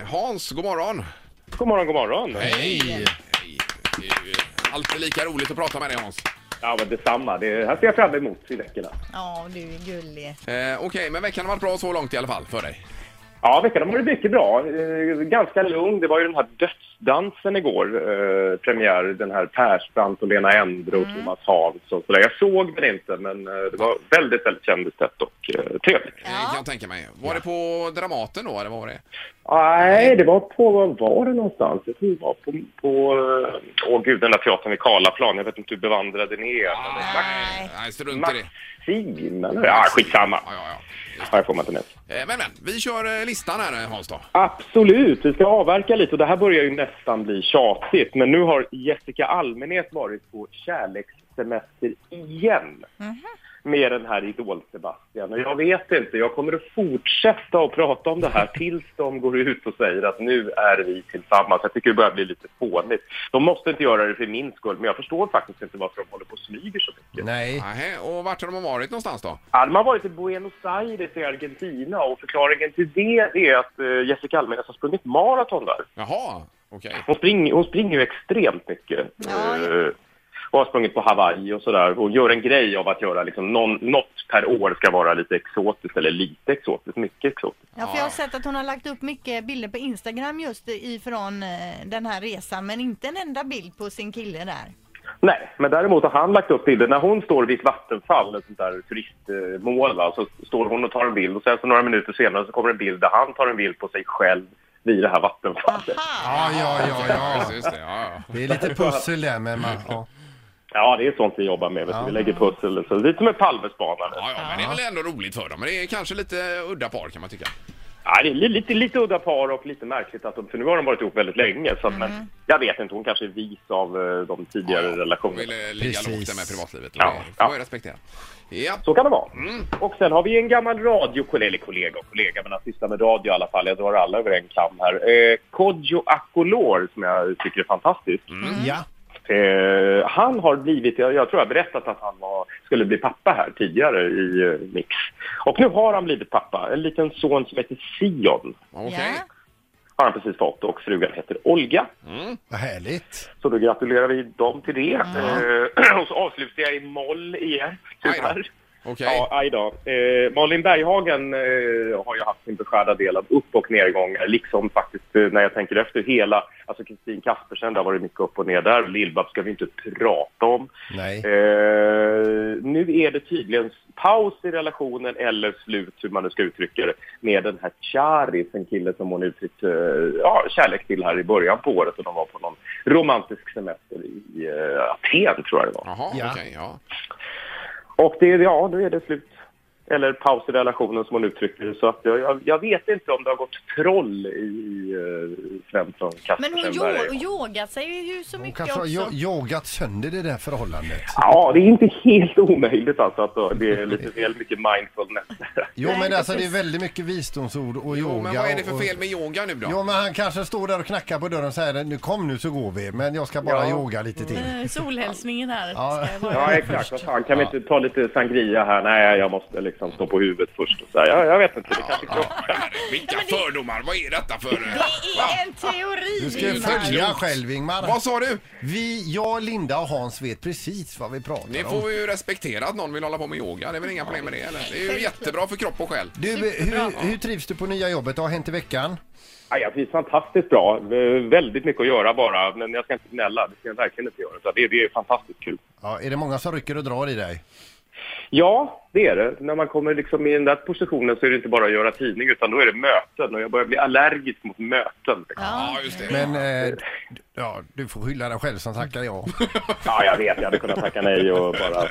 Hans, god morgon. God morgon, god morgon. Hej. Det är ju alltid lika roligt att prata med dig, Hans. Ja, men detsamma. Det här ser jag fram emot i veckorna. Ja, du är gullig. Okej, men veckan har varit bra så långt i alla fall för dig. Ja, veckan har varit mycket bra. Ganska lugn. Det var ju den här dödsdansen igår. Premiär, den här Persbrandt och Lena Endre och Thomas Hans och sådär. Jag såg den inte, men det var väldigt, väldigt kändistätt och trevligt. Det kan jag tänka mig. Var det på Dramaten då, eller vad var det? Nej, det var på... Var det någonstans? Jag tror det var på den där teatern vid Karlaplan. Jag vet inte hur bevandrade ni är. Nej, strunt i det. Maxim, eller? Ja, skitsamma. Ja. Här får man inte med. Men, vi kör listan här, Hans då. Absolut, vi ska avverka lite och det här börjar ju nästan bli tjatigt. Men nu har Jessica Almenäs varit på kärlekssemester igen. Med den här Idol-Sebastian. Och jag vet inte, jag kommer att fortsätta att prata om det här tills de går ut och säger att nu är vi tillsammans. Jag tycker det börjar bli lite fånigt. De måste inte göra det för min skull, men jag förstår faktiskt inte varför de håller på och smyger så mycket. Nej, och vart har de varit någonstans då? Ja, de har varit i Buenos Aires i Argentina och förklaringen till det är att Jessica Almenäs har sprungit maraton där. Jaha, okej. Hon springer ju extremt mycket. Och har sprungit på Hawaii och sådär. Hon gör en grej av att göra liksom något per år ska vara lite exotiskt eller lite exotiskt, mycket exotiskt. Ja, för jag har sett att hon har lagt upp mycket bilder på Instagram just ifrån den här resan, men inte en enda bild på sin kille där. Nej, men däremot har han lagt upp bilder när hon står vid ett vattenfall, ett sånt där turistmål, så står hon och tar en bild och sen så några minuter senare så kommer en bild där han tar en bild på sig själv vid det här vattenfallet. Ja. Just det, ja. Det är lite pussel där med Ja, det är sånt vi jobbar med. Vi lägger pussel. Så lite som en Palmespanare. Ja, men det är väl ändå roligt för dem. Men det är kanske lite udda par kan man tycka. Ja, det är lite udda par och lite märkligt att för nu har de varit ihop väldigt länge. Så att, men jag vet inte, hon kanske är vis av de tidigare relationerna. Hon vill ligga lågt där med privatlivet. Och det får jag respektera. Ja. Så kan det vara. Och sen har vi en gammal kollega, men att syssla med radio i alla fall. Jag drar alla över en kam här. Kodjo Akolor, som jag tycker är fantastisk. Ja. Han har blivit, jag tror jag berättat att han skulle bli pappa här tidigare i Mix. Och nu har han blivit pappa. En liten son som heter Sion. Okej. Har han precis fått och frugan heter Olga. Vad härligt. Så då gratulerar vi dem till det. Och så avslutar jag i moll igen. Tyvärr. Okej. Ja, aj då. Malin Berghagen har ju haft sin beskärda del av upp- och nedgångar. Liksom faktiskt när jag tänker efter hela, alltså Kristin Kaspersen, där var det mycket upp och ner där. Lill-Babs ska vi inte prata om. Nej. Nu är det tydligen paus i relationen eller slut, hur man nu ska uttrycka det, med den här Charis, en kille som hon uttryckt kärlek till här i början på året. Och de var på någon romantisk semester i Aten, tror jag det var. Jaha, okej, ja. Och nu är det slut. Eller paus i relationen som hon uttrycker det. Så att jag vet inte om det har gått troll i Svensson Kaspersen. Men hon yogat sig ju så mycket också. Hon kanske har yogat sönder det där förhållandet. Ja, det är inte helt omöjligt alltså att det är lite väl mycket mindfulness. Jo, men alltså det är väldigt mycket visdomsord och yoga. Men vad är det för fel med yoga nu då? Jo, men han kanske står där och knackar på dörren och säger nu så går vi. Men jag ska bara yoga lite till. Solhälsningen här. Ja, exakt. Vad fan, kan vi inte ta lite sangria här? Nej, jag måste liksom stå på huvudet först och så här. Jag vet inte, det kanske krockar. Vilka fördomar, vad är detta för? Det är en teori. Du ska följa själv, Ingmar. Vad sa du? Jag, Linda och Hans vet precis vad vi pratar om. Ni får ju respektera att någon vill hålla på med yoga. Det är väl inga problem med det, eller? Det är ju jättebra för kropp och själ. Du, hur trivs du på nya jobbet? Vad har hänt i veckan? Ja, jag trivs fantastiskt bra. Väldigt mycket att göra bara. Men jag ska inte gnälla. Det ska jag verkligen inte göra. Så det är fantastiskt kul. Ja, är det många som rycker och drar i dig? Ja, det är det. När man kommer liksom i den där positionen så är det inte bara att göra tidning utan då är det möten. Och jag börjar bli allergisk mot möten. Ja, just det. Men du får hylla dig själv som tackar ja. Ja, jag vet. Jag hade kunnat tacka nej och bara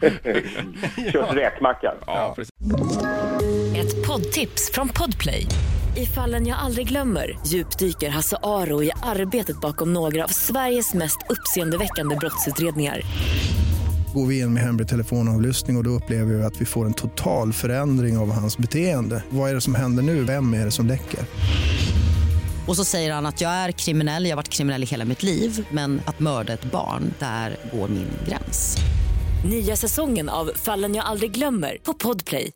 kört räkmackar. Ja, precis. Ett poddtips från Podplay. I Fallen jag aldrig glömmer djupdyker Hasse Aro i arbetet bakom några av Sveriges mest uppseendeväckande brottsutredningar. Går vi in med hemlig telefonavlyssning och då upplever vi att vi får en total förändring av hans beteende. Vad är det som händer nu? Vem är det som läcker? Och så säger han att jag är kriminell, jag har varit kriminell i hela mitt liv. Men att mörda ett barn, där går min gräns. Nya säsongen av Fallen jag aldrig glömmer på Podplay.